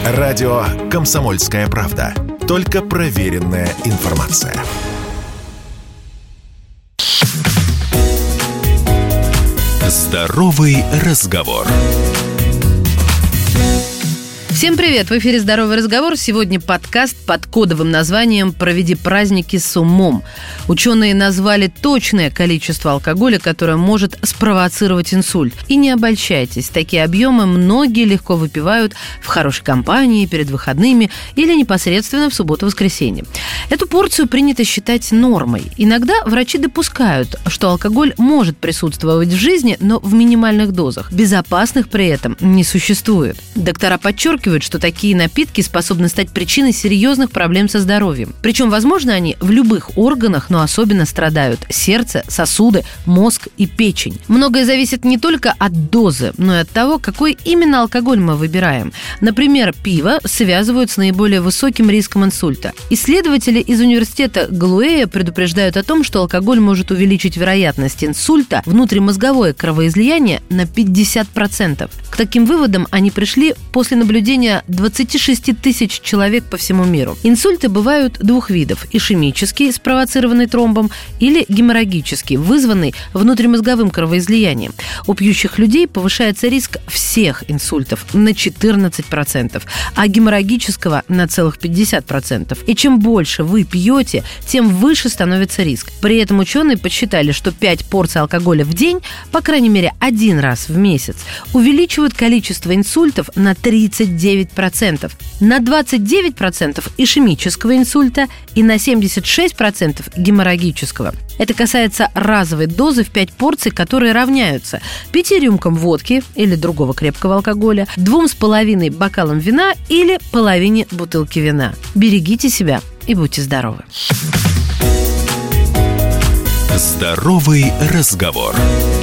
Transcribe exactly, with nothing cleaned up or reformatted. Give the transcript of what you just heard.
Радио «Комсомольская правда». Только проверенная информация. Здоровый разговор. Всем привет! В эфире «Здоровый разговор». Сегодня подкаст под кодовым названием «Проведи праздники с умом». Ученые назвали точное количество алкоголя, которое может спровоцировать инсульт. И не обольщайтесь, такие объемы многие легко выпивают в хорошей компании, перед выходными или непосредственно в субботу-воскресенье. Эту порцию принято считать нормой. Иногда врачи допускают, что алкоголь может присутствовать в жизни, но в минимальных дозах. Безопасных при этом не существует. Доктора подчеркивают, что такие напитки способны стать причиной серьезных проблем со здоровьем. Причем, возможно, они в любых органах, но особенно страдают сердце, сосуды, мозг и печень. Многое зависит не только от дозы, но и от того, какой именно алкоголь мы выбираем. Например, пиво связывают с наиболее высоким риском инсульта. Исследователи из университета Галуэя предупреждают о том, что алкоголь может увеличить вероятность инсульта, внутримозговое кровоизлияние на пятьдесят процентов. К таким выводам они пришли после наблюдения двадцать шесть тысяч человек по всему миру. Инсульты бывают двух видов – ишемический, спровоцированный тромбом, или геморрагический, вызванный внутримозговым кровоизлиянием. У пьющих людей повышается риск всех инсультов на четырнадцать процентов, а геморрагического на целых пятьдесят процентов. И чем больше вы пьете, тем выше становится риск. При этом ученые подсчитали, что пять порций алкоголя в день, по крайней мере один раз в месяц, увеличивают количество инсультов на тридцать девять процентов, на двадцать девять процентов ишемического инсульта и на семьдесят шесть процентов геморрагического. Это касается разовой дозы в пять порций, которые равняются пяти рюмкам водки или другого крепкого алкоголя, двум с половиной бокалам вина или половине бутылки вина. Берегите себя и будьте здоровы. Здоровый разговор.